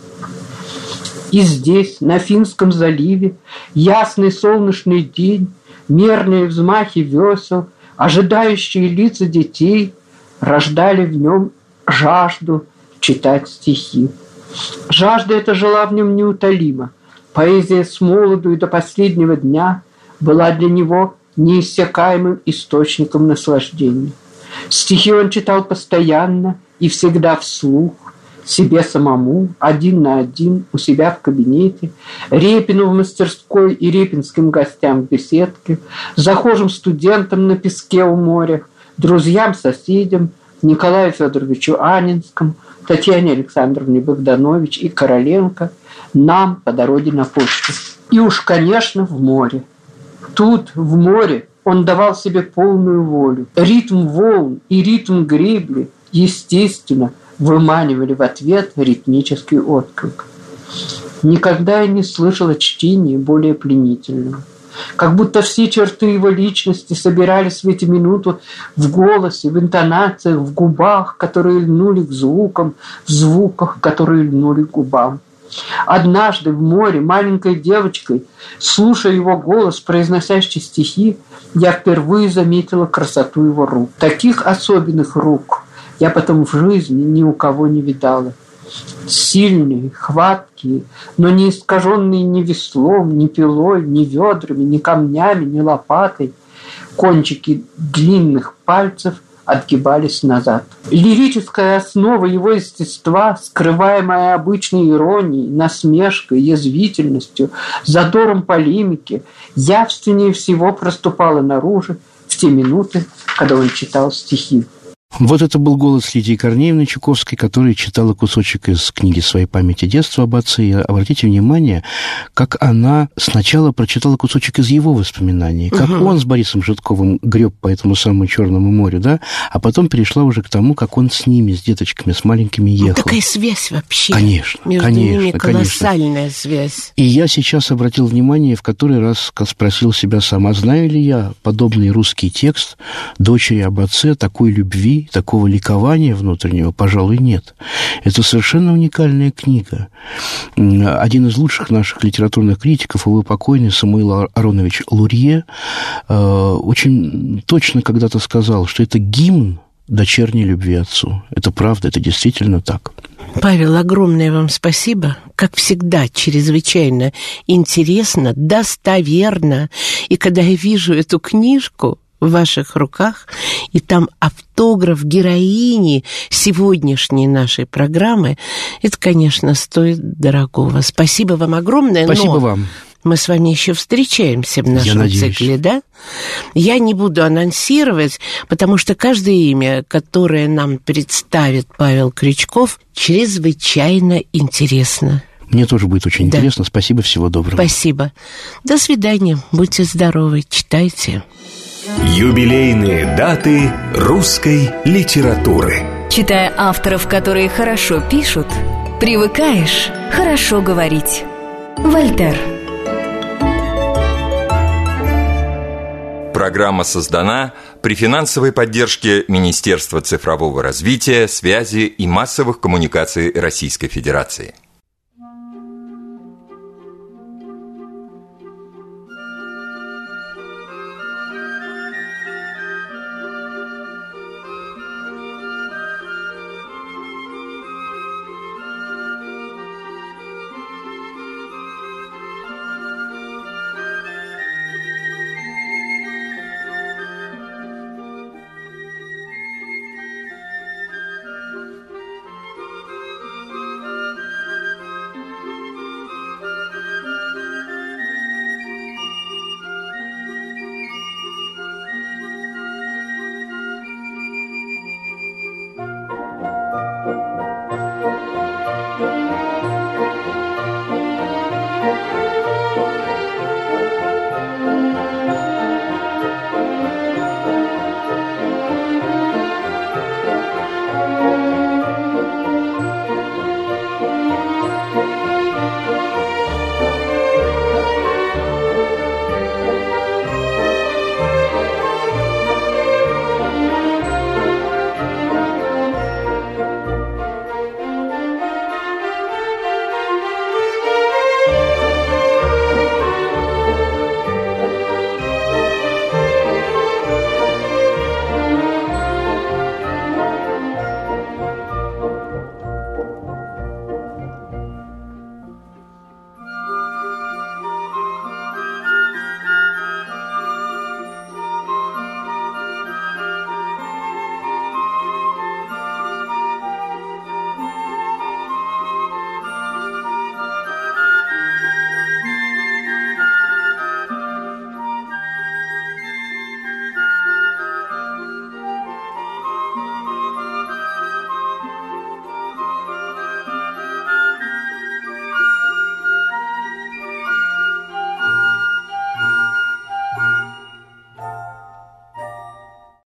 И здесь, на Финском заливе, ясный солнечный день, мерные взмахи весел, ожидающие лица детей рождали в нем жажду читать стихи. Жажда эта жила в нем неутолимо. Поэзия с молоду и до последнего дня была для него неиссякаемым источником наслаждения. Стихи он читал постоянно и всегда вслух, себе самому, один на один, у себя в кабинете, Репину в мастерской и репинским гостям в беседке, захожим студентам на песке у моря, друзьям-соседям, Николаю Федоровичу Анинскому, Татьяне Александровне Богданович и Короленко, нам по дороге на почту. И уж, конечно, в море. Тут, в море, он давал себе полную волю. Ритм волн и ритм гребли, естественно, выманивали в ответ ритмический отклик. Никогда я не слышала чтения более пленительного. Как будто все черты его личности собирались в эти минуты в голосе, в интонациях, в губах, которые льнули к звукам, в звуках, которые льнули к губам. Однажды в море маленькой девочкой, слушая его голос, произносящий стихи, я впервые заметила красоту его рук. Таких особенных рук я потом в жизни ни у кого не видала. Сильные, хваткие, но не искаженные ни веслом, ни пилой, ни ведрами, ни камнями, ни лопатой. Кончики длинных пальцев отгибались назад. Лирическая основа его естества, скрываемая обычной иронией, насмешкой, язвительностью, задором полемики, явственнее всего проступала наружу в те минуты, когда он читал стихи. Вот это был голос Лидии Корнеевны Чуковской, которая читала кусочек из книги своей памяти детства об отце. И обратите внимание, как она сначала прочитала кусочек из его воспоминаний, как угу. он с Борисом Жидковым греб по этому самому Черному морю, да, а потом перешла уже к тому, как он с ними, с деточками, с маленькими ехал. Ну, такая связь вообще. Конечно, между конечно, ними колоссальная конечно. связь. И я сейчас обратил внимание, в который раз спросил себя сам, а знаю ли я подобный русский текст «Дочери об отце», такой любви, такого ликования внутреннего, пожалуй, нет. Это совершенно уникальная книга. Один из лучших наших литературных критиков, увы, покойный Самуил Аронович Лурье, очень точно когда-то сказал, что это гимн дочерней любви отцу. Это правда, это действительно так. Павел, огромное вам спасибо. Как всегда, чрезвычайно интересно, достоверно. И когда я вижу эту книжку в ваших руках, и там автограф героини сегодняшней нашей программы, это, конечно, стоит дорогого. Спасибо вам огромное. Спасибо вам. Мы с вами еще встречаемся в нашем цикле, да? Я не буду анонсировать, потому что каждое имя, которое нам представит Павел Крючков, чрезвычайно интересно. Мне тоже будет очень да. интересно. Спасибо, всего доброго. Спасибо. До свидания. Будьте здоровы. Читайте. Юбилейные даты русской литературы. Читая авторов, которые хорошо пишут, привыкаешь хорошо говорить. Вольтер. Программа создана при финансовой поддержке Министерства цифрового развития, связи и массовых коммуникаций Российской Федерации.